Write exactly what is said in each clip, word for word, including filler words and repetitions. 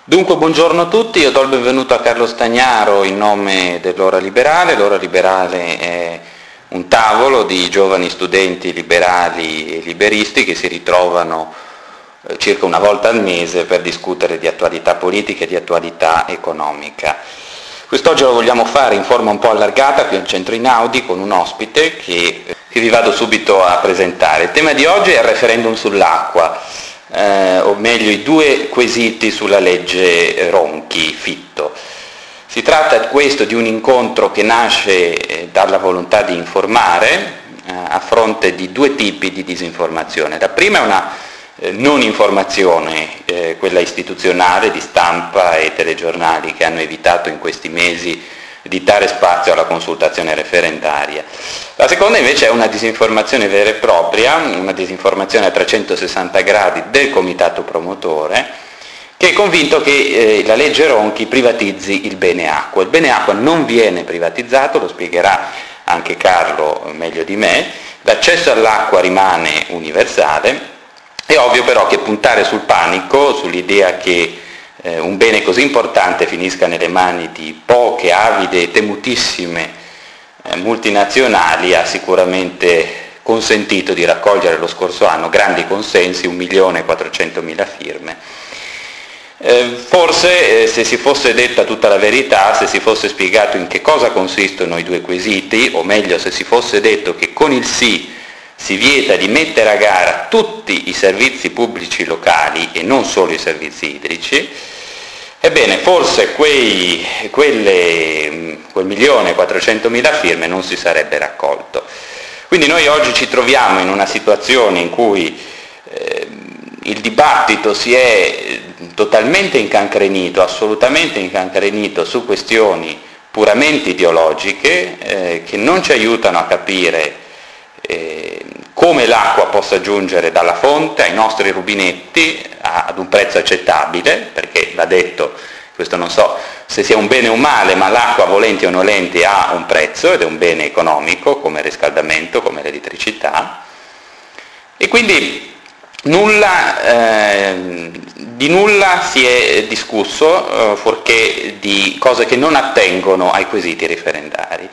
Dunque, buongiorno a tutti, io do il benvenuto a Carlo Stagnaro in nome dell'Ora Liberale. L'Ora Liberale è un tavolo di giovani studenti liberali e liberisti che si ritrovano eh, circa una volta al mese per discutere di attualità politica e di attualità economica. Quest'oggi lo vogliamo fare in forma un po' allargata qui al Centro Inaudi con un ospite che, che vi vado subito a presentare. Il tema di oggi è il referendum sull'acqua. Eh, o meglio i due quesiti sulla legge Ronchi-Fitto. Si tratta questo di un incontro che nasce eh, dalla volontà di informare eh, a fronte di due tipi di disinformazione. La prima è una eh, non informazione, eh, quella istituzionale di stampa e telegiornali che hanno evitato in questi mesi di dare spazio alla consultazione referendaria. La seconda invece è una disinformazione vera e propria, una disinformazione a trecentosessanta gradi del comitato promotore, che è convinto che eh, la legge Ronchi privatizzi il bene acqua. Il bene acqua non viene privatizzato, lo spiegherà anche Carlo meglio di me, l'accesso all'acqua rimane universale. È ovvio però che puntare sul panico, sull'idea che Eh, un bene così importante finisca nelle mani di poche, avide e temutissime eh, multinazionali ha sicuramente consentito di raccogliere lo scorso anno grandi consensi, un milione e quattrocentomila firme. Eh, forse eh, se si fosse detta tutta la verità, se si fosse spiegato in che cosa consistono i due quesiti, o meglio se si fosse detto che con il sì si vieta di mettere a gara tutti i servizi pubblici locali e non solo i servizi idrici, ebbene forse quei, quelle, quel milione e quattrocentomila firme non si sarebbe raccolto. Quindi noi oggi ci troviamo in una situazione in cui eh, il dibattito si è totalmente incancrenito, assolutamente incancrenito su questioni puramente ideologiche eh, che non ci aiutano a capire eh, come l'acqua possa giungere dalla fonte ai nostri rubinetti a, ad un prezzo accettabile, perché va detto, questo non so se sia un bene o un male, ma l'acqua volenti o nolenti ha un prezzo ed è un bene economico come il riscaldamento, come l'elettricità, e quindi nulla, eh, di nulla si è discusso eh, fuorché di cose che non attengono ai quesiti referendari.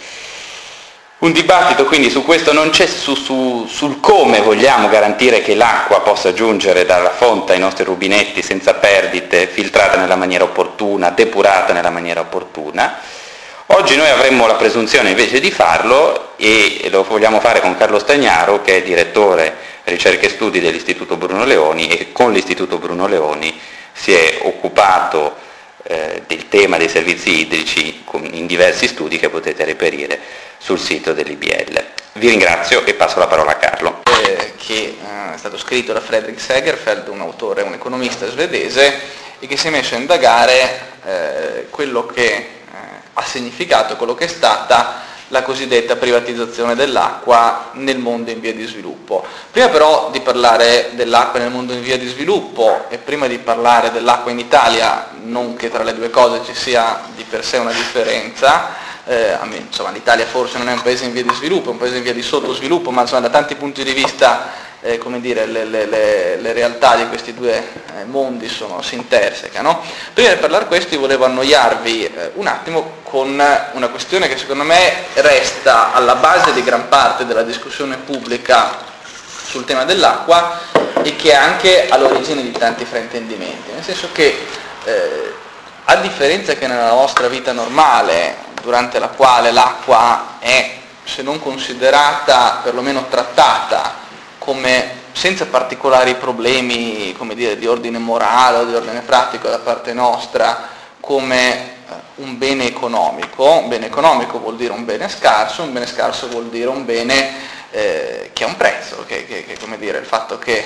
Un dibattito quindi su questo non c'è, su, su, sul come vogliamo garantire che l'acqua possa giungere dalla fonte ai nostri rubinetti senza perdite, filtrata nella maniera opportuna, depurata nella maniera opportuna. Oggi noi avremmo la presunzione invece di farlo e lo vogliamo fare con Carlo Stagnaro, che è direttore ricerche e studi dell'Istituto Bruno Leoni e con l'Istituto Bruno Leoni si è occupato eh, del tema dei servizi idrici in diversi studi che potete reperire sul sito dell'I B L. Vi ringrazio e passo la parola a Carlo. Eh, che eh, è stato scritto da Fredrik Segerfeld, un autore, un economista svedese, e che si è messo a indagare eh, quello che eh, ha significato, quello che è stata la cosiddetta privatizzazione dell'acqua nel mondo in via di sviluppo. Prima però di parlare dell'acqua nel mondo in via di sviluppo e prima di parlare dell'acqua in Italia, non che tra le due cose ci sia di per sé una differenza, Eh, insomma, l'Italia forse non è un paese in via di sviluppo, è un paese in via di sottosviluppo, ma insomma, da tanti punti di vista eh, come dire, le, le, le, le realtà di questi due eh, mondi sono, si intersecano. Prima di parlare questo io volevo annoiarvi eh, un attimo con una questione che secondo me resta alla base di gran parte della discussione pubblica sul tema dell'acqua e che è anche all'origine di tanti fraintendimenti, nel senso che eh, a differenza che nella nostra vita normale, durante la quale l'acqua è, se non considerata, perlomeno trattata come senza particolari problemi, come dire, di ordine morale o di ordine pratico da parte nostra, come un bene economico. Un bene economico vuol dire un bene scarso, un bene scarso vuol dire un bene eh, che ha un prezzo, che, che, che come dire, il fatto che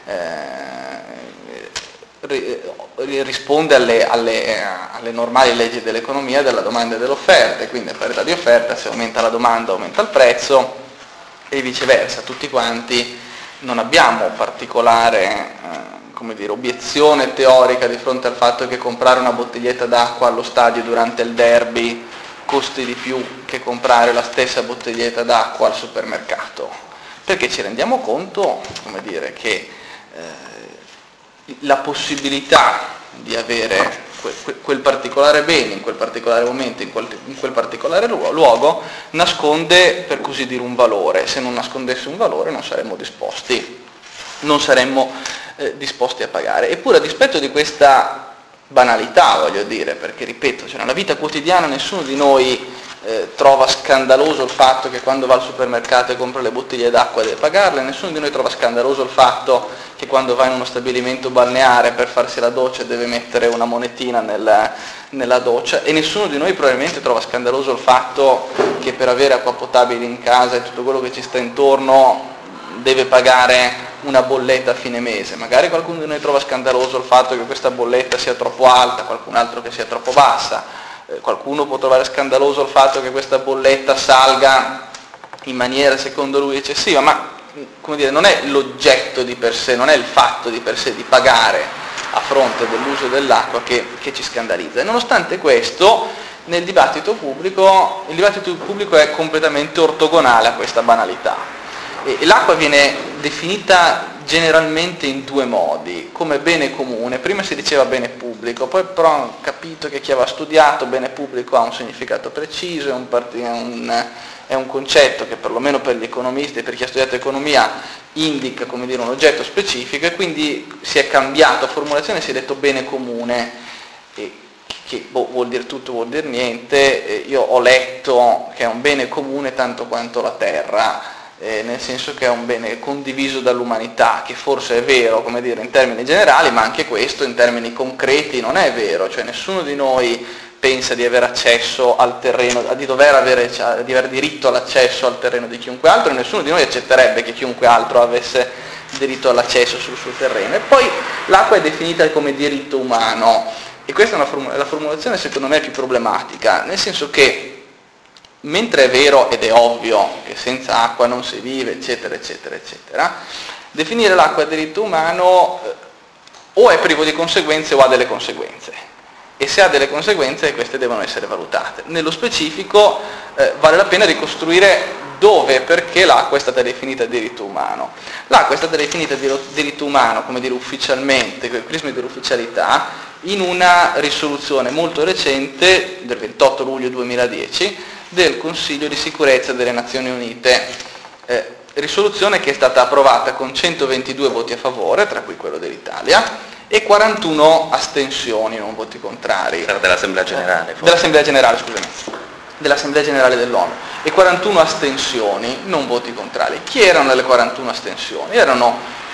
eh, risponde alle, alle, alle normali leggi dell'economia della domanda e dell'offerta, e quindi a parità di offerta se aumenta la domanda aumenta il prezzo e viceversa. Tutti quanti non abbiamo particolare eh, come dire, obiezione teorica di fronte al fatto che comprare una bottiglietta d'acqua allo stadio durante il derby costi di più che comprare la stessa bottiglietta d'acqua al supermercato, perché ci rendiamo conto, come dire, che eh, la possibilità di avere quel, quel particolare bene, in quel particolare momento, in quel, in quel particolare luogo, nasconde per così dire un valore. Se non nascondesse un valore non saremmo disposti, non saremmo eh, disposti a pagare. Eppure a dispetto di questa banalità, voglio dire, perché ripeto, cioè nella vita quotidiana nessuno di noi eh, trova scandaloso il fatto che quando va al supermercato e compra le bottiglie d'acqua deve pagarle, nessuno di noi trova scandaloso il fatto che quando va in uno stabilimento balneare per farsi la doccia deve mettere una monetina nel, nella doccia, e nessuno di noi probabilmente trova scandaloso il fatto che per avere acqua potabile in casa e tutto quello che ci sta intorno deve pagare una bolletta a fine mese. Magari qualcuno di noi trova scandaloso il fatto che questa bolletta sia troppo alta, qualcun altro che sia troppo bassa, eh, qualcuno può trovare scandaloso il fatto che questa bolletta salga in maniera secondo lui eccessiva, ma come dire, non è l'oggetto di per sé, non è il fatto di per sé di pagare a fronte dell'uso dell'acqua che, che ci scandalizza. E nonostante questo, nel dibattito pubblico, il dibattito pubblico è completamente ortogonale a questa banalità. E l'acqua viene definita generalmente in due modi, come bene comune. Prima si diceva bene pubblico, poi però hanno capito che chi aveva studiato bene pubblico ha un significato preciso, è un, part- è un, è un concetto che perlomeno per gli economisti e per chi ha studiato economia indica, come dire, un oggetto specifico, e quindi si è cambiato formulazione, si è detto bene comune, e che boh, vuol dire tutto, vuol dire niente. Io ho letto che è un bene comune tanto quanto la terra, Eh, nel senso che è un bene condiviso dall'umanità, che forse è vero, come dire, in termini generali, ma anche questo in termini concreti non è vero, cioè nessuno di noi pensa di avere accesso al terreno, di dover avere, di aver diritto all'accesso al terreno di chiunque altro, e nessuno di noi accetterebbe che chiunque altro avesse diritto all'accesso sul suo terreno. E poi l'acqua è definita come diritto umano, e questa è una formula, la formulazione secondo me più problematica, nel senso che mentre è vero ed è ovvio che senza acqua non si vive, eccetera, eccetera, eccetera, definire l'acqua diritto umano eh, o è privo di conseguenze o ha delle conseguenze. E se ha delle conseguenze, queste devono essere valutate. Nello specifico eh, vale la pena ricostruire dove e perché l'acqua è stata definita diritto umano. L'acqua è stata definita diritto umano, come dire, ufficialmente, con il prisma dell'ufficialità, in una risoluzione molto recente del ventotto luglio duemiladieci del Consiglio di Sicurezza delle Nazioni Unite, eh, risoluzione che è stata approvata con centoventidue voti a favore, tra cui quello dell'Italia, e quarantuno astensioni, non voti contrari. Era dell'Assemblea Generale, forse. Dell'Assemblea Generale, scusami, dell'Assemblea Generale dell'ONU, e quarantuno astensioni, non voti contrari. Chi erano le quarantuno astensioni? Erano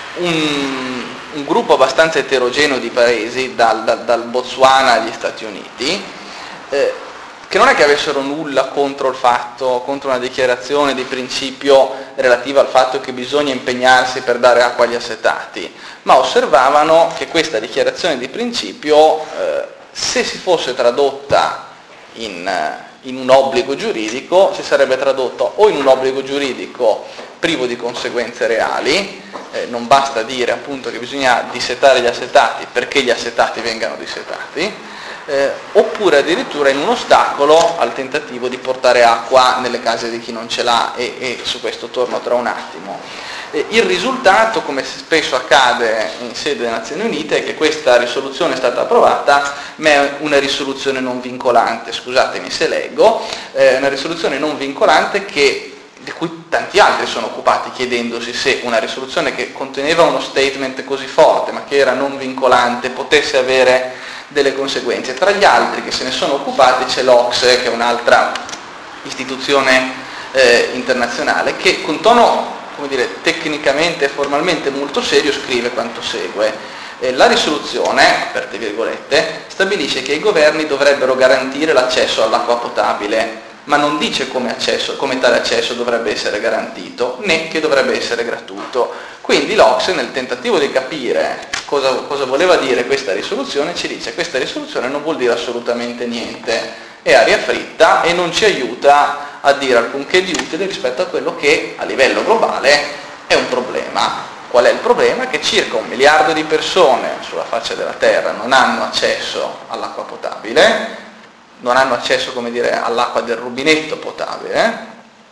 un, un gruppo abbastanza eterogeneo di paesi, dal, dal, dal Botswana agli Stati Uniti, eh, che non è che avessero nulla contro il fatto, contro una dichiarazione di principio relativa al fatto che bisogna impegnarsi per dare acqua agli assetati, ma osservavano che questa dichiarazione di principio, eh, se si fosse tradotta in, in un obbligo giuridico, si sarebbe tradotta o in un obbligo giuridico privo di conseguenze reali, eh, non basta dire appunto che bisogna dissetare gli assetati perché gli assetati vengano dissetati, Eh, oppure addirittura in un ostacolo al tentativo di portare acqua nelle case di chi non ce l'ha, e, e su questo torno tra un attimo. Eh, il risultato, come spesso accade in sede delle Nazioni Unite, è che questa risoluzione è stata approvata, ma è una risoluzione non vincolante, scusatemi se leggo, è eh, una risoluzione non vincolante che di cui tanti altri sono occupati chiedendosi se una risoluzione che conteneva uno statement così forte ma che era non vincolante potesse avere delle conseguenze. Tra gli altri che se ne sono occupati c'è l'OCSE, che è un'altra istituzione eh, internazionale, che con tono, come dire, tecnicamente e formalmente molto serio scrive quanto segue. Eh, la risoluzione, aperte virgolette, stabilisce che i governi dovrebbero garantire l'accesso all'acqua potabile, ma non dice come, accesso, come tale accesso dovrebbe essere garantito, né che dovrebbe essere gratuito. Quindi l'OCSE, nel tentativo di capire cosa, cosa voleva dire questa risoluzione, ci dice che questa risoluzione non vuol dire assolutamente niente, è aria fritta e non ci aiuta a dire alcunché di utile rispetto a quello che a livello globale è un problema. Qual è il problema? Che circa un miliardo di persone sulla faccia della Terra non hanno accesso all'acqua potabile, non hanno accesso, come dire, all'acqua del rubinetto potabile,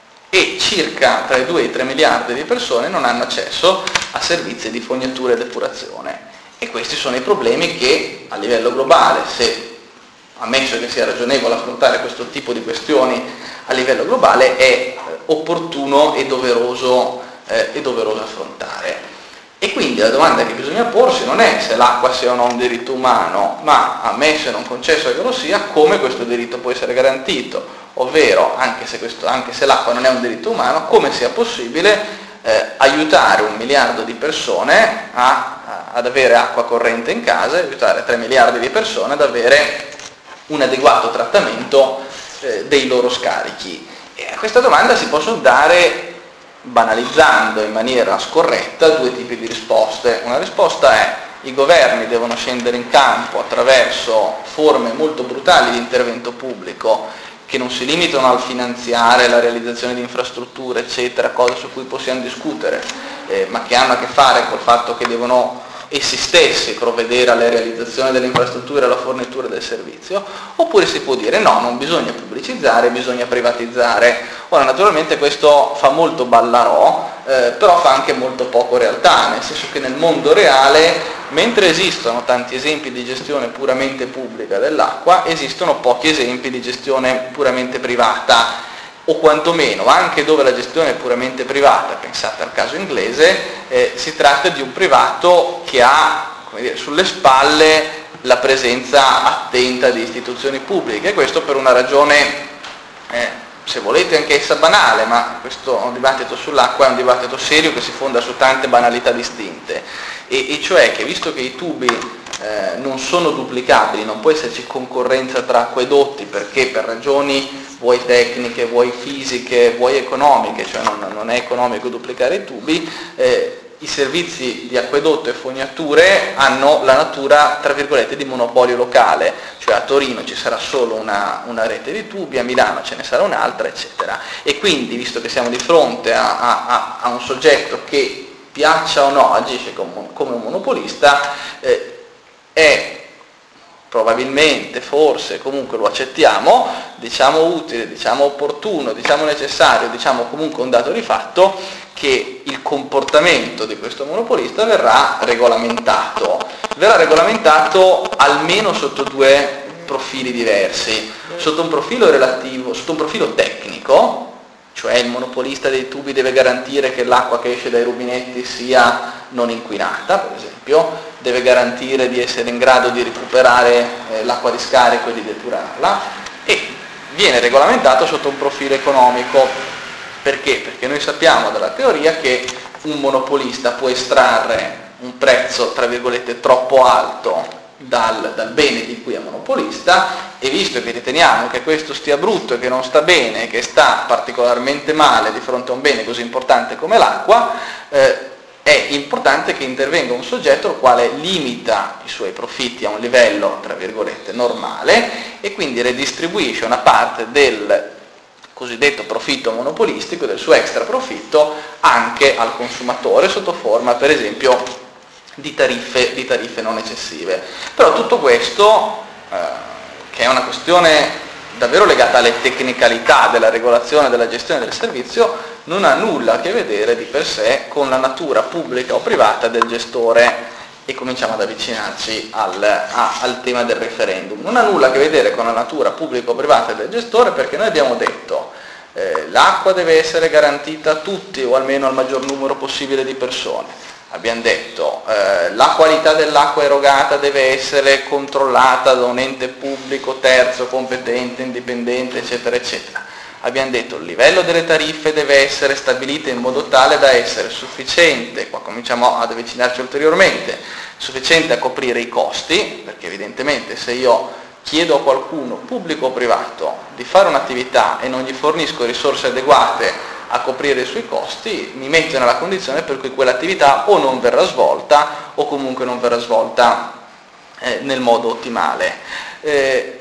e circa tra i due e i tre miliardi di persone non hanno accesso a servizi di fognatura e depurazione. E questi sono i problemi che a livello globale, se ammesso che sia ragionevole affrontare questo tipo di questioni a livello globale, è opportuno e doveroso, eh, è doveroso affrontare. E quindi la domanda che bisogna porsi non è se l'acqua sia o no un diritto umano, ma, ammesso e non concesso che lo sia, come questo diritto può essere garantito, ovvero, anche se, questo, anche se l'acqua non è un diritto umano, come sia possibile eh, aiutare un miliardo di persone a, a, ad avere acqua corrente in casa, e aiutare tre miliardi di persone ad avere un adeguato trattamento eh, dei loro scarichi. E a questa domanda si possono dare, banalizzando in maniera scorretta, due tipi di risposte. Una risposta è: i governi devono scendere in campo attraverso forme molto brutali di intervento pubblico che non si limitano al finanziare la realizzazione di infrastrutture, eccetera, cose su cui possiamo discutere, eh, ma che hanno a che fare col fatto che devono essi stessi provvedere alla realizzazione delle infrastrutture e alla fornitura del servizio. Oppure si può dire no, non bisogna pubblicizzare, bisogna privatizzare. Ora, naturalmente questo fa molto ballarò, eh, però fa anche molto poco realtà, nel senso che nel mondo reale, mentre esistono tanti esempi di gestione puramente pubblica dell'acqua, esistono pochi esempi di gestione puramente privata, o quantomeno anche dove la gestione è puramente privata, pensate al caso inglese, eh, si tratta di un privato che ha, come dire, sulle spalle la presenza attenta di istituzioni pubbliche, e questo per una ragione, eh, se volete anche essa banale, ma questo è un dibattito sull'acqua, è un dibattito serio che si fonda su tante banalità distinte, e, e cioè che visto che i tubi eh, non sono duplicabili, non può esserci concorrenza tra acquedotti, perché per ragioni vuoi tecniche, vuoi fisiche, vuoi economiche, cioè non, non è economico duplicare i tubi, eh, i servizi di acquedotto e fognature hanno la natura, tra virgolette, di monopolio locale, cioè a Torino ci sarà solo una, una rete di tubi, a Milano ce ne sarà un'altra, eccetera. E quindi, visto che siamo di fronte a, a, a un soggetto che, piaccia o no, agisce come, come un monopolista, eh, è probabilmente, forse, comunque lo accettiamo, diciamo utile, diciamo opportuno, diciamo necessario, diciamo comunque un dato di fatto, che il comportamento di questo monopolista verrà regolamentato. Verrà regolamentato almeno sotto due profili diversi. Sotto un profilo relativo, sotto un profilo tecnico, cioè il monopolista dei tubi deve garantire che l'acqua che esce dai rubinetti sia non inquinata, per esempio, deve garantire di essere in grado di recuperare eh, l'acqua di scarico e di depurarla, e viene regolamentato sotto un profilo economico. Perché? Perché noi sappiamo dalla teoria che un monopolista può estrarre un prezzo, tra virgolette, troppo alto dal, dal bene di cui è monopolista, e visto che riteniamo che questo stia brutto e che non sta bene, che sta particolarmente male di fronte a un bene così importante come l'acqua, eh, è importante che intervenga un soggetto il quale limita i suoi profitti a un livello, tra virgolette, normale, e quindi redistribuisce una parte del cosiddetto profitto monopolistico, del suo extra profitto, anche al consumatore sotto forma, per esempio, di tariffe, di tariffe non eccessive. Però tutto questo, eh, che è una questione davvero legata alle tecnicalità della regolazione e della gestione del servizio, non ha nulla a che vedere di per sé con la natura pubblica o privata del gestore, e cominciamo ad avvicinarci al, a, al tema del referendum. Non ha nulla a che vedere con la natura pubblica o privata del gestore, perché noi abbiamo detto eh, l'acqua deve essere garantita a tutti o almeno al maggior numero possibile di persone. Abbiamo detto eh, la qualità dell'acqua erogata deve essere controllata da un ente pubblico terzo, competente, indipendente, eccetera, eccetera. Abbiamo detto il livello delle tariffe deve essere stabilito in modo tale da essere sufficiente, qua cominciamo ad avvicinarci ulteriormente, sufficiente a coprire i costi, perché evidentemente se io chiedo a qualcuno, pubblico o privato, di fare un'attività e non gli fornisco risorse adeguate a coprire i suoi costi, mi metto nella condizione per cui quell'attività o non verrà svolta o comunque non verrà svolta eh, nel modo ottimale. Eh,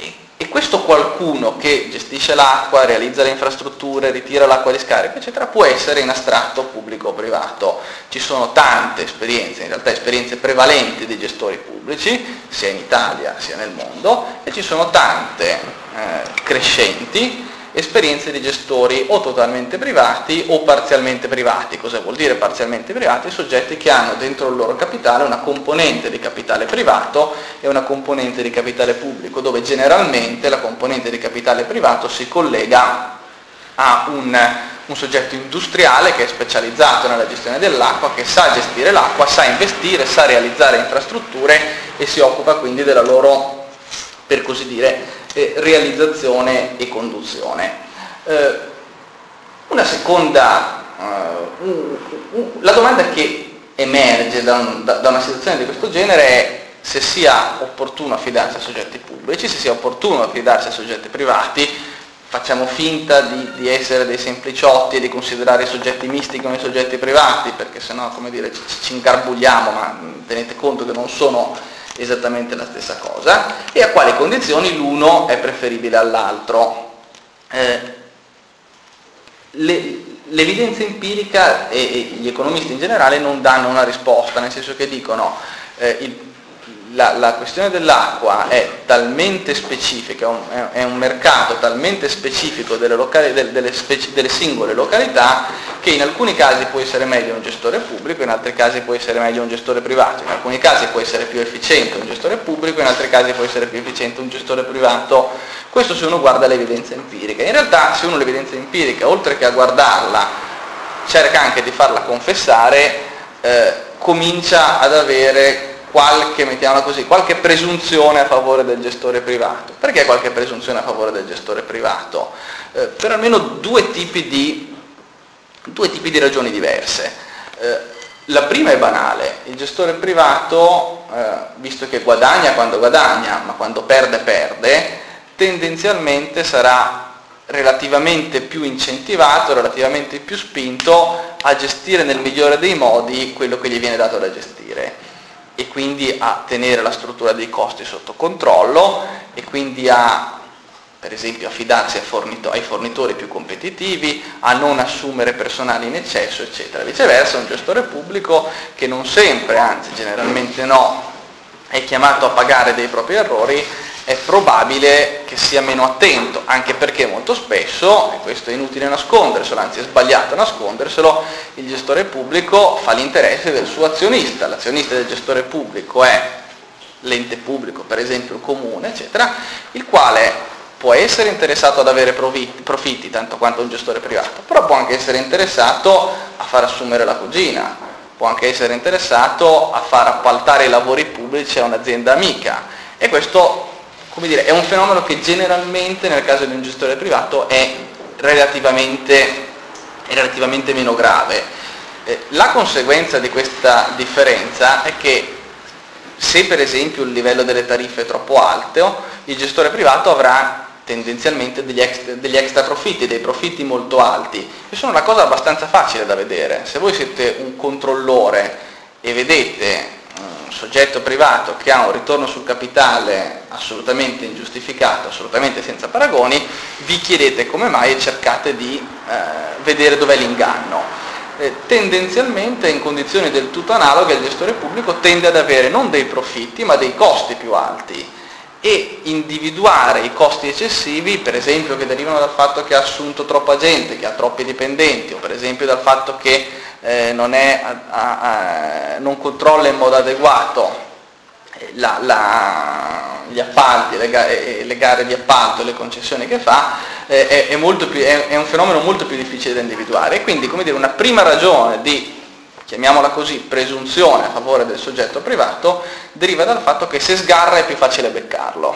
E questo qualcuno che gestisce l'acqua, realizza le infrastrutture, ritira l'acqua di scarico, eccetera, può essere in astratto pubblico o privato. Ci sono tante esperienze, in realtà esperienze prevalenti di gestori pubblici, sia in Italia sia nel mondo, e ci sono tante eh, crescenti esperienze di gestori o totalmente privati o parzialmente privati. Cosa vuol dire parzialmente privati? Soggetti che hanno dentro il loro capitale una componente di capitale privato e una componente di capitale pubblico, dove generalmente la componente di capitale privato si collega a un, un soggetto industriale che è specializzato nella gestione dell'acqua, che sa gestire l'acqua, sa investire, sa realizzare infrastrutture e si occupa quindi della loro, per così dire, eh, realizzazione e conduzione. Eh, una seconda, uh, un, un, la domanda che emerge da, un, da, da una situazione di questo genere è se sia opportuno affidarsi a soggetti pubblici, se sia opportuno affidarsi a soggetti privati. Facciamo finta di, di essere dei sempliciotti e di considerare i soggetti misti come i soggetti privati, perché sennò, come dire, ci, ci ingarbugliamo, ma tenete conto che non sono esattamente la stessa cosa, e a quali condizioni l'uno è preferibile all'altro. Eh, le, l'evidenza empirica e, e gli economisti in generale non danno una risposta, nel senso che dicono eh, il La, la questione dell'acqua è talmente specifica, è un mercato talmente specifico delle, locali, delle, speci, delle singole località, che in alcuni casi può essere meglio un gestore pubblico, in altri casi può essere meglio un gestore privato, in alcuni casi può essere più efficiente un gestore pubblico, in altri casi può essere più efficiente un gestore privato. Questo se uno guarda l'evidenza empirica. In realtà, se uno l'evidenza empirica, oltre che a guardarla, cerca anche di farla confessare, eh, comincia ad avere qualche, mettiamola così, qualche presunzione a favore del gestore privato. Perché qualche presunzione a favore del gestore privato? Eh, per almeno due tipi di, due tipi di ragioni diverse. Eh, la prima è banale: il gestore privato, eh, visto che guadagna quando guadagna, ma quando perde perde, tendenzialmente sarà relativamente più incentivato, relativamente più spinto a gestire nel migliore dei modi quello che gli viene dato da gestire, e quindi a tenere la struttura dei costi sotto controllo, e quindi a, per esempio, affidarsi a fornito- ai fornitori più competitivi, a non assumere personale in eccesso, eccetera. Viceversa, un gestore pubblico, che non sempre, anzi generalmente no, è chiamato a pagare dei propri errori, è probabile che sia meno attento, anche perché molto spesso, e questo è inutile nasconderselo, anzi è sbagliato nasconderselo, il gestore pubblico fa l'interesse del suo azionista. L'azionista del gestore pubblico è l'ente pubblico, per esempio il comune, eccetera, il quale può essere interessato ad avere profitti, profitti tanto quanto un gestore privato, però può anche essere interessato a far assumere la cugina, può anche essere interessato a far appaltare i lavori pubblici a un'azienda amica, e questo, come dire, è un fenomeno che generalmente nel caso di un gestore privato è relativamente, è relativamente meno grave. Eh, la conseguenza di questa differenza è che se per esempio il livello delle tariffe è troppo alto, il gestore privato avrà tendenzialmente degli extra, degli extra profitti, dei profitti molto alti, che sono una cosa abbastanza facile da vedere. Se voi siete un controllore e vedete un soggetto privato che ha un ritorno sul capitale assolutamente ingiustificato, assolutamente senza paragoni, vi chiedete come mai e cercate di eh, vedere dov'è l'inganno. Eh, tendenzialmente, in condizioni del tutto analoghe, il gestore pubblico tende ad avere non dei profitti ma dei costi più alti, e individuare i costi eccessivi, per esempio che derivano dal fatto che ha assunto troppa gente, che ha troppi dipendenti, o per esempio dal fatto che eh, non, è, a, a, non controlla in modo adeguato la, la, gli appalti, le gare, le gare di appalto, le concessioni che fa, eh, è, è, molto più, è, è un fenomeno molto più difficile da individuare. E quindi, come dire, una prima ragione di, chiamiamola così, presunzione a favore del soggetto privato deriva dal fatto che se sgarra è più facile beccarlo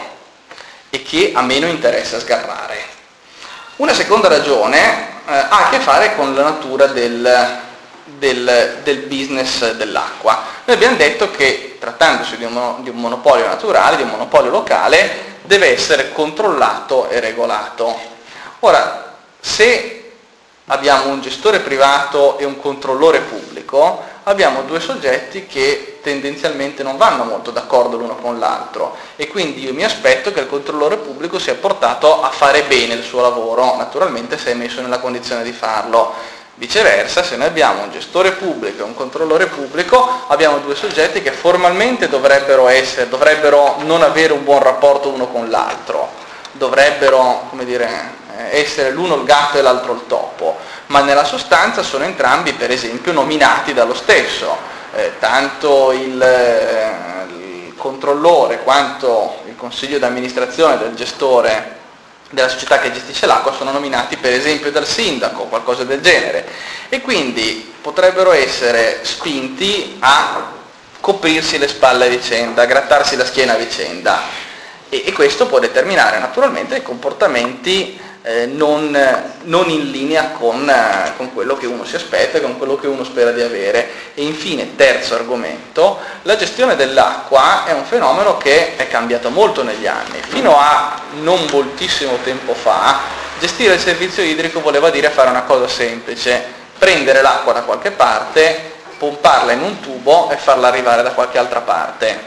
e che ha meno interesse a sgarrare. Una seconda ragione eh, ha a che fare con la natura del, del, del business dell'acqua. Noi abbiamo detto che, trattandosi di un, di un monopolio naturale, di un monopolio locale, deve essere controllato e regolato. Ora, se abbiamo un gestore privato e un controllore pubblico, abbiamo due soggetti che tendenzialmente non vanno molto d'accordo l'uno con l'altro, e quindi io mi aspetto che il controllore pubblico sia portato a fare bene il suo lavoro, naturalmente se è messo nella condizione di farlo. Viceversa, se noi abbiamo un gestore pubblico e un controllore pubblico, abbiamo due soggetti che formalmente dovrebbero essere, dovrebbero non avere un buon rapporto uno con l'altro, dovrebbero, come dire, eh, essere l'uno il gatto e l'altro il topo, ma nella sostanza sono entrambi per esempio nominati dallo stesso, eh, tanto il, eh, il controllore quanto il consiglio d'amministrazione del gestore della società che gestisce l'acqua sono nominati per esempio dal sindaco, qualcosa del genere, e quindi potrebbero essere spinti a coprirsi le spalle a vicenda, a grattarsi la schiena a vicenda, e, e questo può determinare naturalmente comportamenti eh, non, non in linea con, eh, con quello che uno si aspetta, con quello che uno spera di avere. E infine, terzo argomento, la gestione dell'acqua è un fenomeno che è cambiato molto negli anni. Fino a non moltissimo tempo fa, gestire il servizio idrico voleva dire fare una cosa semplice: prendere l'acqua da qualche parte, pomparla in un tubo e farla arrivare da qualche altra parte.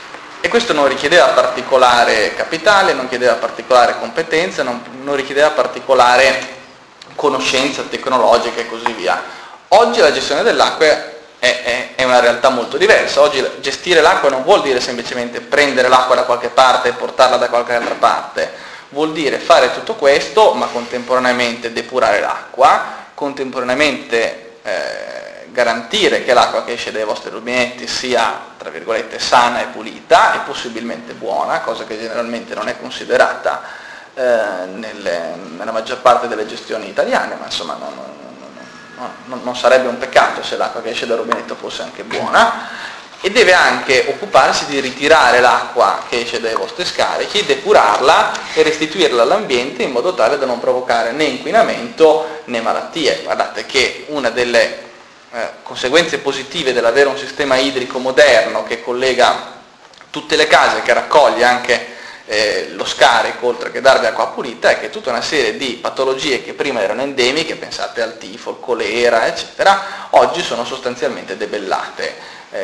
E questo non richiedeva particolare capitale, non chiedeva particolare competenza, non, non richiedeva particolare conoscenza tecnologica e così via. Oggi la gestione dell'acqua è, è, è una realtà molto diversa. Oggi gestire l'acqua non vuol dire semplicemente prendere l'acqua da qualche parte e portarla da qualche altra parte, vuol dire fare tutto questo, ma contemporaneamente depurare l'acqua, contemporaneamente eh, garantire che l'acqua che esce dai vostri rubinetti sia, tra virgolette, sana e pulita e possibilmente buona, cosa che generalmente non è considerata eh, nelle, nella maggior parte delle gestioni italiane, ma insomma non, non, non, non sarebbe un peccato se l'acqua che esce dal rubinetto fosse anche buona. E deve anche occuparsi di ritirare l'acqua che esce dai vostri scarichi, depurarla e restituirla all'ambiente in modo tale da non provocare né inquinamento né malattie. Guardate che una delle Eh, conseguenze positive dell'avere un sistema idrico moderno che collega tutte le case, che raccoglie anche eh, lo scarico oltre che darvi acqua pulita, è che tutta una serie di patologie che prima erano endemiche, pensate al tifo, al colera eccetera, oggi sono sostanzialmente debellate.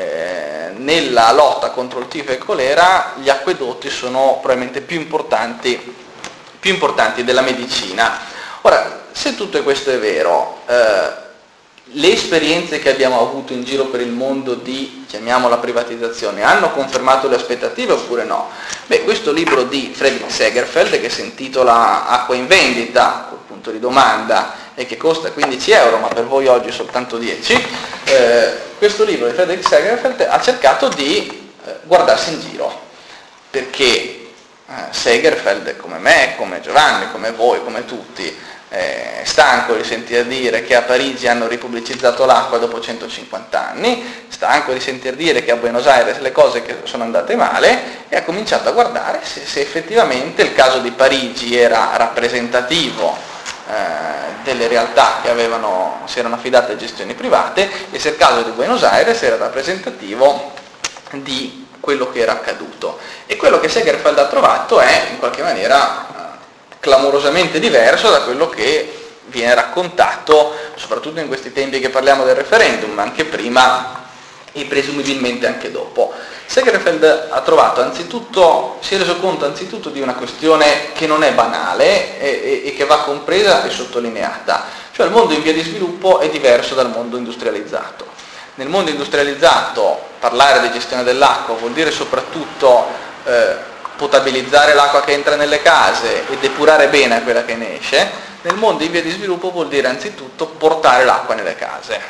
Eh, nella lotta contro il tifo e il colera gli acquedotti sono probabilmente più importanti, più importanti della medicina. Ora, se tutto questo è vero, eh, le esperienze che abbiamo avuto in giro per il mondo di, chiamiamola, privatizzazione, hanno confermato le aspettative oppure no? Beh, questo libro di Fredrik Segerfeld, che si intitola Acqua in vendita, col punto di domanda, e che costa quindici euro, ma per voi oggi soltanto dieci, eh, questo libro di Fredrik Segerfeld ha cercato di eh, guardarsi in giro, perché eh, Segerfeld, come me, come Giovanni, come voi, come tutti, è stanco di sentire dire che a Parigi hanno ripubblicizzato l'acqua dopo centocinquanta anni, stanco di sentir dire che a Buenos Aires le cose che sono andate male, e ha cominciato a guardare se, se effettivamente il caso di Parigi era rappresentativo eh, delle realtà che avevano, si erano affidate a gestioni private, e se il caso di Buenos Aires era rappresentativo di quello che era accaduto. E quello che Segerfeld ha trovato è in qualche maniera clamorosamente diverso da quello che viene raccontato, soprattutto in questi tempi che parliamo del referendum, ma anche prima e presumibilmente anche dopo. Segerfeld ha trovato anzitutto, si è reso conto anzitutto di una questione che non è banale e, e, e che va compresa e sottolineata, cioè il mondo in via di sviluppo è diverso dal mondo industrializzato. Nel mondo industrializzato parlare di gestione dell'acqua vuol dire soprattutto eh, potabilizzare l'acqua che entra nelle case e depurare bene quella che ne esce. Nel mondo in via di sviluppo vuol dire anzitutto portare l'acqua nelle case,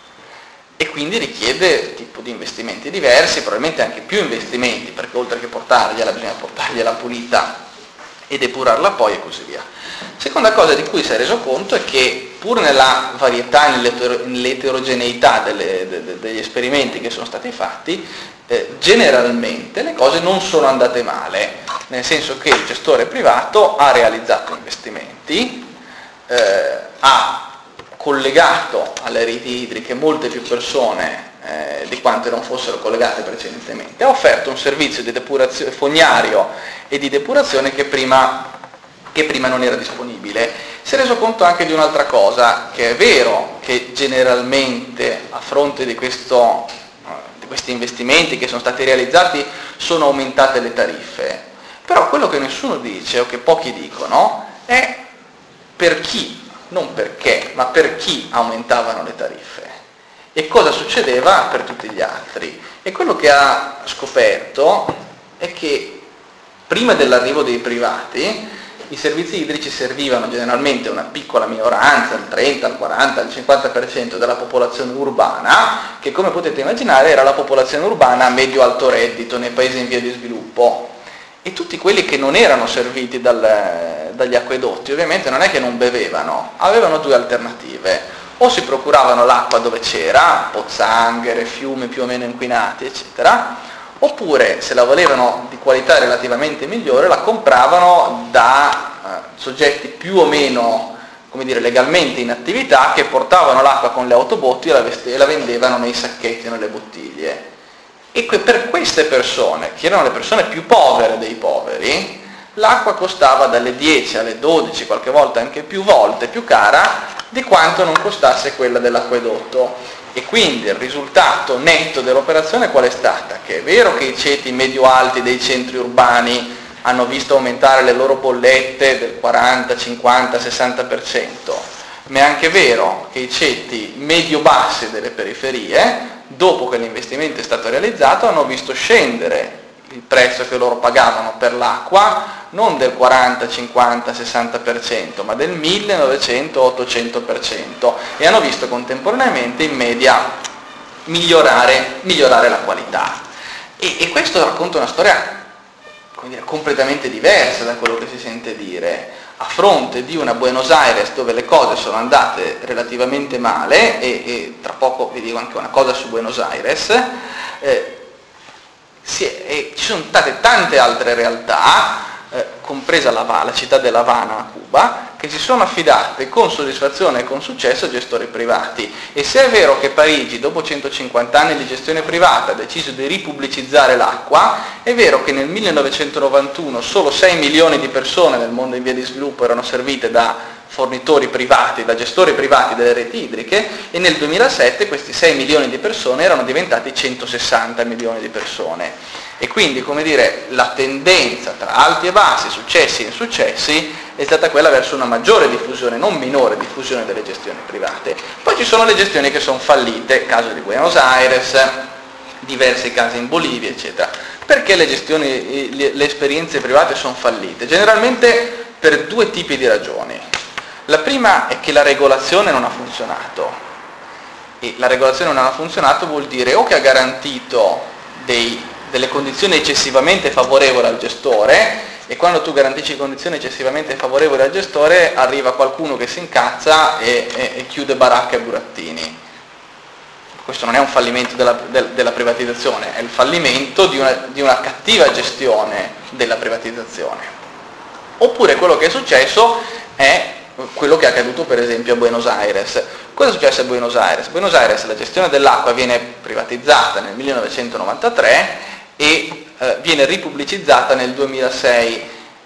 e quindi richiede tipo di investimenti diversi, probabilmente anche più investimenti, perché oltre che portargliela bisogna portargliela pulita e depurarla poi e così via. Seconda cosa di cui si è reso conto è che pur nella varietà e nell'eterogeneità delle, de, degli esperimenti che sono stati fatti, eh, generalmente le cose non sono andate male, nel senso che il gestore privato ha realizzato investimenti, eh, ha collegato alle reti idriche molte più persone eh, di quante non fossero collegate precedentemente, ha offerto un servizio di depurazione fognario e di depurazione che prima, che prima non era disponibile. Si è reso conto anche di un'altra cosa, che è vero che generalmente a fronte di, questo, di questi investimenti che sono stati realizzati sono aumentate le tariffe, però quello che nessuno dice o che pochi dicono è per chi, non perché, ma per chi aumentavano le tariffe e cosa succedeva per tutti gli altri. E quello che ha scoperto è che prima dell'arrivo dei privati i servizi idrici servivano generalmente una piccola minoranza, il trenta, il quaranta, il cinquanta per cento della popolazione urbana, che come potete immaginare era la popolazione urbana a medio-alto reddito nei paesi in via di sviluppo. E tutti quelli che non erano serviti dal, dagli acquedotti ovviamente non è che non bevevano, avevano due alternative: o si procuravano l'acqua dove c'era, pozzanghere, fiumi più o meno inquinati, eccetera, oppure se la volevano di qualità relativamente migliore la compravano da eh, soggetti più o meno, come dire, legalmente in attività, che portavano l'acqua con le autobotti e la, veste- e la vendevano nei sacchetti o nelle bottiglie. E que- per queste persone, che erano le persone più povere dei poveri, l'acqua costava dalle dieci alle dodici, qualche volta anche più volte più cara di quanto non costasse quella dell'acquedotto. E quindi il risultato netto dell'operazione qual è stata? Che è vero che i ceti medio-alti dei centri urbani hanno visto aumentare le loro bollette del quaranta, cinquanta, sessanta per cento, ma è anche vero che i ceti medio-bassi delle periferie, dopo che l'investimento è stato realizzato, hanno visto scendere il prezzo che loro pagavano per l'acqua non del quaranta, cinquanta, sessanta per cento, ma del mille, novecento, ottocento per cento, e hanno visto contemporaneamente in media migliorare, migliorare la qualità. E, e questo racconta una storia, come dire, completamente diversa da quello che si sente dire, a fronte di una Buenos Aires dove le cose sono andate relativamente male, e, e tra poco vi dico anche una cosa su Buenos Aires. eh, Si è, e ci sono state tante altre realtà, eh, compresa la, la città della Havana a Cuba, che si sono affidate con soddisfazione e con successo a gestori privati. E se è vero che Parigi, dopo centocinquanta anni di gestione privata, ha deciso di ripubblicizzare l'acqua, è vero che nel millenovecentonovantuno solo sei milioni di persone nel mondo in via di sviluppo erano servite da fornitori privati, da gestori privati delle reti idriche, e nel duemilasette questi sei milioni di persone erano diventati centosessanta milioni di persone. E quindi, come dire, la tendenza tra alti e bassi, successi e insuccessi, è stata quella verso una maggiore diffusione, non minore diffusione delle gestioni private. Poi ci sono le gestioni che sono fallite, caso di Buenos Aires, diversi casi in Bolivia, eccetera. Perché le gestioni, le, le esperienze private sono fallite? Generalmente per due tipi di ragioni. La prima è che la regolazione non ha funzionato, e la regolazione non ha funzionato vuol dire o che ha garantito dei, delle condizioni eccessivamente favorevoli al gestore, e quando tu garantisci condizioni eccessivamente favorevoli al gestore arriva qualcuno che si incazza e, e, e chiude baracca e burattini. Questo non è un fallimento della, del, della privatizzazione, è il fallimento di una, di una cattiva gestione della privatizzazione. Oppure quello che è successo è quello che è accaduto per esempio a Buenos Aires. Cosa è successo a Buenos Aires? Buenos Aires, la gestione dell'acqua viene privatizzata nel millenovecentonovantatré e eh, viene ripubblicizzata nel duemilasei.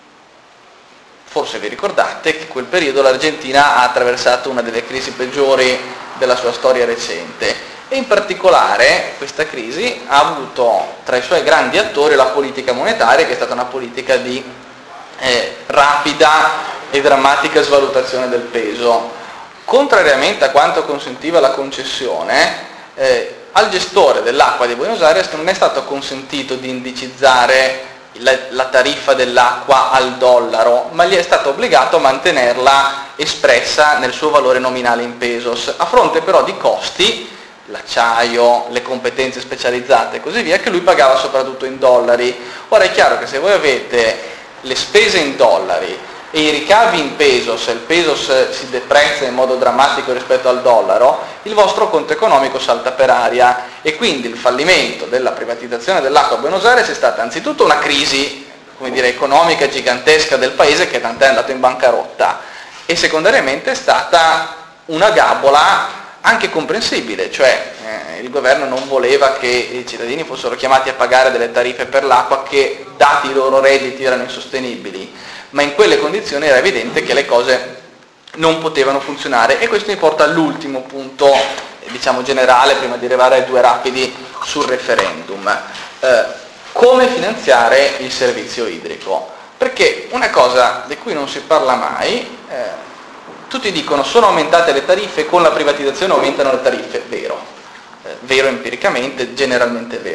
Forse vi ricordate che in quel periodo l'Argentina ha attraversato una delle crisi peggiori della sua storia recente, e in particolare questa crisi ha avuto tra i suoi grandi attori la politica monetaria, che è stata una politica di eh, rapida e drammatica svalutazione del peso. Contrariamente a quanto consentiva la concessione, eh, al gestore dell'acqua di Buenos Aires non è stato consentito di indicizzare la, la tariffa dell'acqua al dollaro, ma gli è stato obbligato a mantenerla espressa nel suo valore nominale in pesos, a fronte però di costi, l'acciaio, le competenze specializzate e così via, che lui pagava soprattutto in dollari. Ora è chiaro che se voi avete le spese in dollari e i ricavi in pesos, se il pesos si deprezza in modo drammatico rispetto al dollaro, il vostro conto economico salta per aria, e quindi il fallimento della privatizzazione dell'acqua a Buenos Aires è stata anzitutto una crisi, come dire, economica gigantesca del paese, che tant'è andato in bancarotta, e secondariamente è stata una gabola anche comprensibile, cioè eh, il governo non voleva che i cittadini fossero chiamati a pagare delle tariffe per l'acqua che, dati i loro redditi, erano insostenibili, ma in quelle condizioni era evidente che le cose non potevano funzionare. E questo mi porta all'ultimo punto, diciamo generale, prima di arrivare ai due rapidi sul referendum. Eh, come finanziare il servizio idrico? Perché una cosa di cui non si parla mai, eh, tutti dicono sono aumentate le tariffe, con la privatizzazione aumentano le tariffe, vero, eh, vero empiricamente, generalmente vero,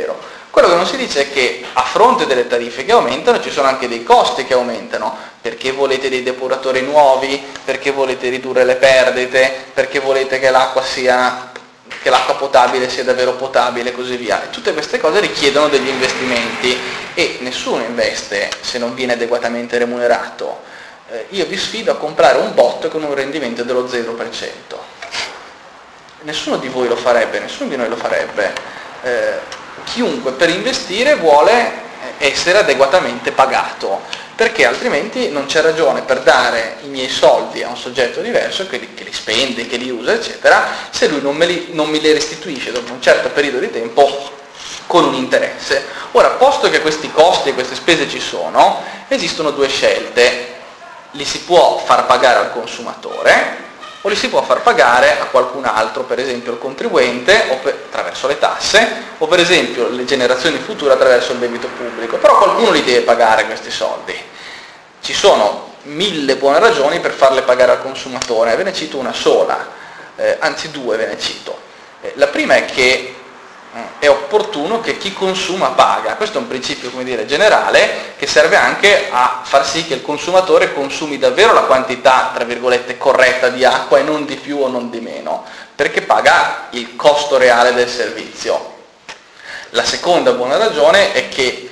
Quello che non si dice è che a fronte delle tariffe che aumentano ci sono anche dei costi che aumentano, perché volete dei depuratori nuovi, perché volete ridurre le perdite, perché volete che l'acqua sia, che l'acqua potabile sia davvero potabile e così via. E tutte queste cose richiedono degli investimenti e nessuno investe se non viene adeguatamente remunerato. Eh, io vi sfido a comprare un bot con un rendimento dello zero per cento. Nessuno di voi lo farebbe, nessuno di noi lo farebbe. Eh, chiunque per investire vuole essere adeguatamente pagato, perché altrimenti non c'è ragione per dare i miei soldi a un soggetto diverso che li, che li spende, che li usa, eccetera, se lui non me li, non me li restituisce dopo un certo periodo di tempo con un interesse. Ora, posto che questi costi e queste spese ci sono, esistono due scelte: li si può far pagare al consumatore o li si può far pagare a qualcun altro, per esempio il contribuente o per, attraverso le tasse, o per esempio le generazioni future attraverso il debito pubblico. Però qualcuno li deve pagare questi soldi. Ci sono mille buone ragioni per farle pagare al consumatore, ve ne cito una sola, eh, anzi due ve ne cito. Eh, la prima è che è opportuno che chi consuma paga. Questo è un principio, come dire, generale, che serve anche a far sì che il consumatore consumi davvero la quantità, tra virgolette, corretta di acqua e non di più o non di meno, perché paga il costo reale del servizio. La seconda buona ragione è che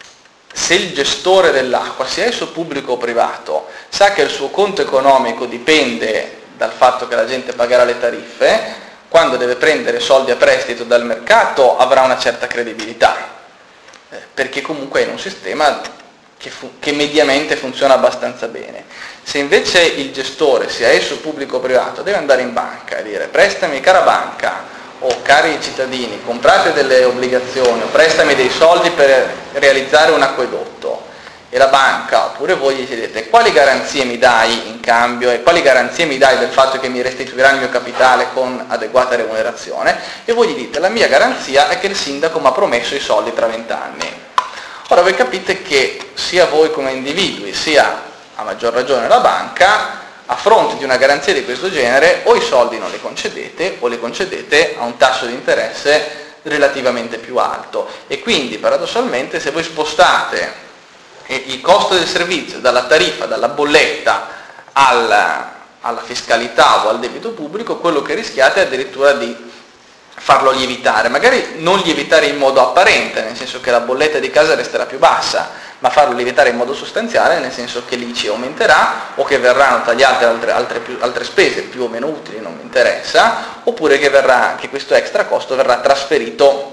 se il gestore dell'acqua, sia esso pubblico o privato, sa che il suo conto economico dipende dal fatto che la gente pagherà le tariffe, quando deve prendere soldi a prestito dal mercato avrà una certa credibilità, eh, perché comunque è in un sistema che, fu- che mediamente funziona abbastanza bene. Se invece il gestore, sia esso pubblico o privato, deve andare in banca e dire: prestami cara banca, o cari cittadini, comprate delle obbligazioni, o prestami dei soldi per realizzare un acquedotto, e la banca, oppure voi gli chiedete: quali garanzie mi dai in cambio e quali garanzie mi dai del fatto che mi restituirà il mio capitale con adeguata remunerazione, e voi gli dite: la mia garanzia è che il sindaco mi ha promesso i soldi tra vent'anni. Ora voi capite che sia voi come individui, sia a maggior ragione la banca, a fronte di una garanzia di questo genere, o i soldi non li concedete o li concedete a un tasso di interesse relativamente più alto. E quindi paradossalmente, se voi spostate il costo del servizio dalla tariffa, dalla bolletta alla, alla fiscalità o al debito pubblico, quello che rischiate è addirittura di farlo lievitare, magari non lievitare in modo apparente, nel senso che la bolletta di casa resterà più bassa, ma farlo lievitare in modo sostanziale, nel senso che l'I C I aumenterà, o che verranno tagliate altre, altre, più, altre spese più o meno utili, non mi interessa, oppure che, verrà, che questo extra costo verrà trasferito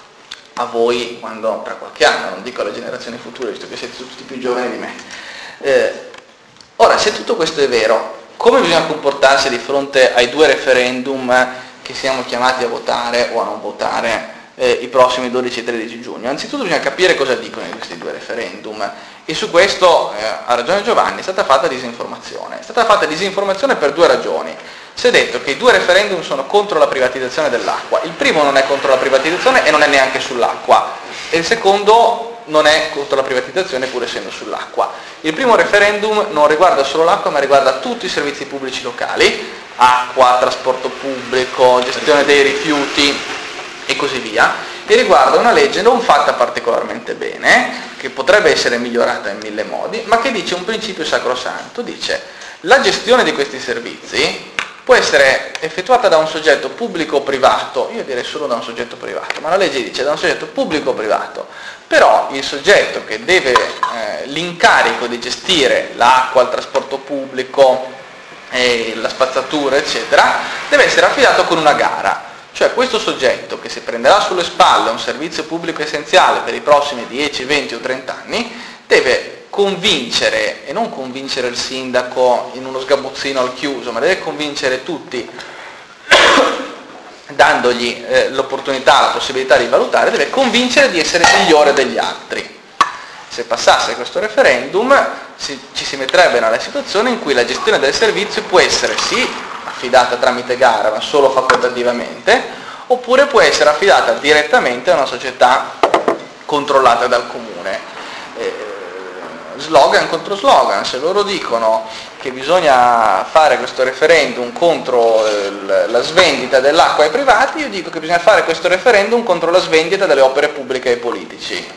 a voi quando, tra qualche anno, non dico alle generazioni future, visto che siete tutti più giovani di me. Eh, ora, se tutto questo è vero, come bisogna comportarsi di fronte ai due referendum che siamo chiamati a votare o a non votare eh, i prossimi dodici e tredici giugno? Anzitutto bisogna capire cosa dicono questi due referendum, e su questo eh, ha ragione Giovanni, è stata fatta disinformazione. È stata fatta disinformazione per due ragioni. Si è detto che i due referendum sono contro la privatizzazione dell'acqua. Il primo non è contro la privatizzazione e non è neanche sull'acqua, e il secondo non è contro la privatizzazione pur essendo sull'acqua. Il primo referendum non riguarda solo l'acqua, ma riguarda tutti i servizi pubblici locali: acqua, trasporto pubblico, gestione dei rifiuti e così via, e riguarda una legge non fatta particolarmente bene, che potrebbe essere migliorata in mille modi, ma che dice un principio sacrosanto: dice: la gestione di questi servizi può essere effettuata da un soggetto pubblico o privato, io direi solo da un soggetto privato, ma la legge dice da un soggetto pubblico o privato, però il soggetto che deve eh, l'incarico di gestire l'acqua, il trasporto pubblico, eh, la spazzatura, eccetera, deve essere affidato con una gara. Cioè questo soggetto, che si prenderà sulle spalle un servizio pubblico essenziale per i prossimi dieci, venti o trenta anni, deve convincere, e non convincere il sindaco in uno sgabuzzino al chiuso, ma deve convincere tutti dandogli eh, l'opportunità, la possibilità di valutare, deve convincere di essere migliore degli altri. Se passasse questo referendum si, ci si metterebbe nella situazione in cui la gestione del servizio può essere sì affidata tramite gara, ma solo facoltativamente, oppure può essere affidata direttamente a una società controllata dal comune. Eh, slogan contro slogan. Se loro dicono che bisogna fare questo referendum contro il, la svendita dell'acqua ai privati, io dico che bisogna fare questo referendum contro la svendita delle opere pubbliche ai politici,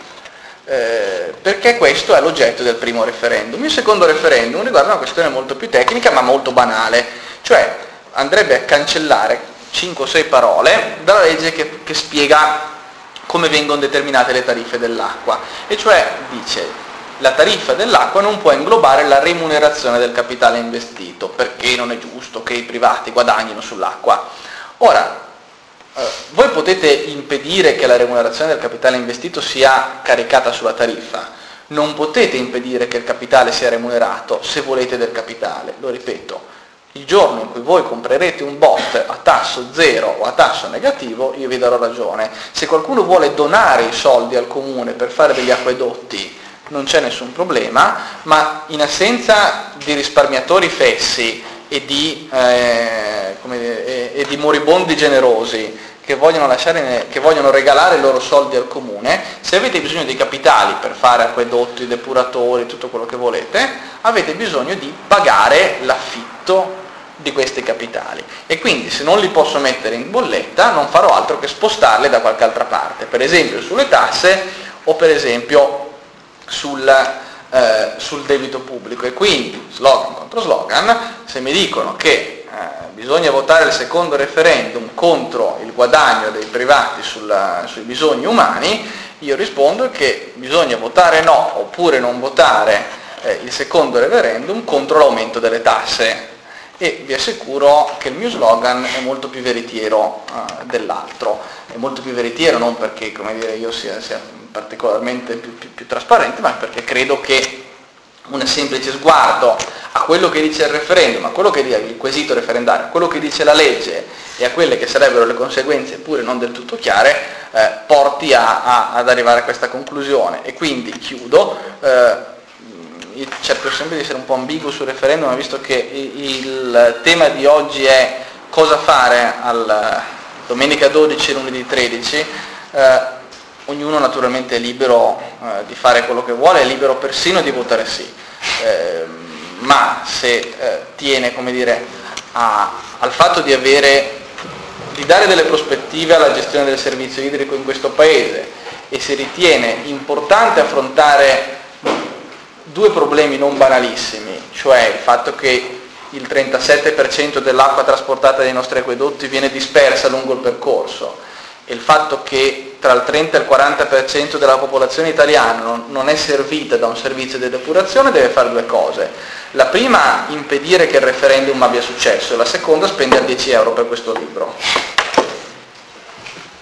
eh, perché questo è l'oggetto del primo referendum. Il secondo referendum riguarda una questione molto più tecnica ma molto banale, cioè andrebbe a cancellare cinque o sei parole dalla legge che, che spiega come vengono determinate le tariffe dell'acqua, e cioè dice: la tariffa dell'acqua non può inglobare la remunerazione del capitale investito, perché non è giusto che i privati guadagnino sull'acqua. Ora, eh, voi potete impedire che la remunerazione del capitale investito sia caricata sulla tariffa, non potete impedire che il capitale sia remunerato se volete del capitale, lo ripeto. Il giorno in cui voi comprerete un bot a tasso zero o a tasso negativo, io vi darò ragione. Se qualcuno vuole donare i soldi al comune per fare degli acquedotti, non c'è nessun problema, ma in assenza di risparmiatori fessi e di, eh, come dire, e, e di moribondi generosi che vogliono, lasciare, che vogliono regalare i loro soldi al comune, se avete bisogno di capitali per fare acquedotti, depuratori, tutto quello che volete, avete bisogno di pagare l'affitto di questi capitali, e quindi se non li posso mettere in bolletta non farò altro che spostarli da qualche altra parte, per esempio sulle tasse o per esempio sul, eh, sul debito pubblico. E quindi, slogan contro slogan, se mi dicono che eh, bisogna votare il secondo referendum contro il guadagno dei privati sulla, sui bisogni umani, io rispondo che bisogna votare no, oppure non votare eh, il secondo referendum contro l'aumento delle tasse. E vi assicuro che il mio slogan è molto più veritiero uh, dell'altro. È molto più veritiero non perché, come dire, io sia, sia particolarmente più, più, più trasparente, ma perché credo che un semplice sguardo a quello che dice il referendum, a quello che dice il quesito referendario, a quello che dice la legge e a quelle che sarebbero le conseguenze, pure non del tutto chiare, eh, porti a, a, ad arrivare a questa conclusione. E quindi chiudo. Eh, Io cerco sempre di essere un po' ambiguo sul referendum, ma visto che il tema di oggi è cosa fare al domenica dodici e lunedì tredici, eh, ognuno naturalmente è libero eh, di fare quello che vuole, è libero persino di votare sì, eh, ma se eh, tiene, come dire, a, al fatto di avere, di dare delle prospettive alla gestione del servizio idrico in questo paese, e se ritiene importante affrontare due problemi non banalissimi, cioè il fatto che il trentasette per cento dell'acqua trasportata dai nostri acquedotti viene dispersa lungo il percorso, e il fatto che tra il trenta e il quaranta per cento della popolazione italiana non è servita da un servizio di depurazione, deve fare due cose. La prima, impedire che il referendum abbia successo, e la seconda, spendere dieci euro per questo libro.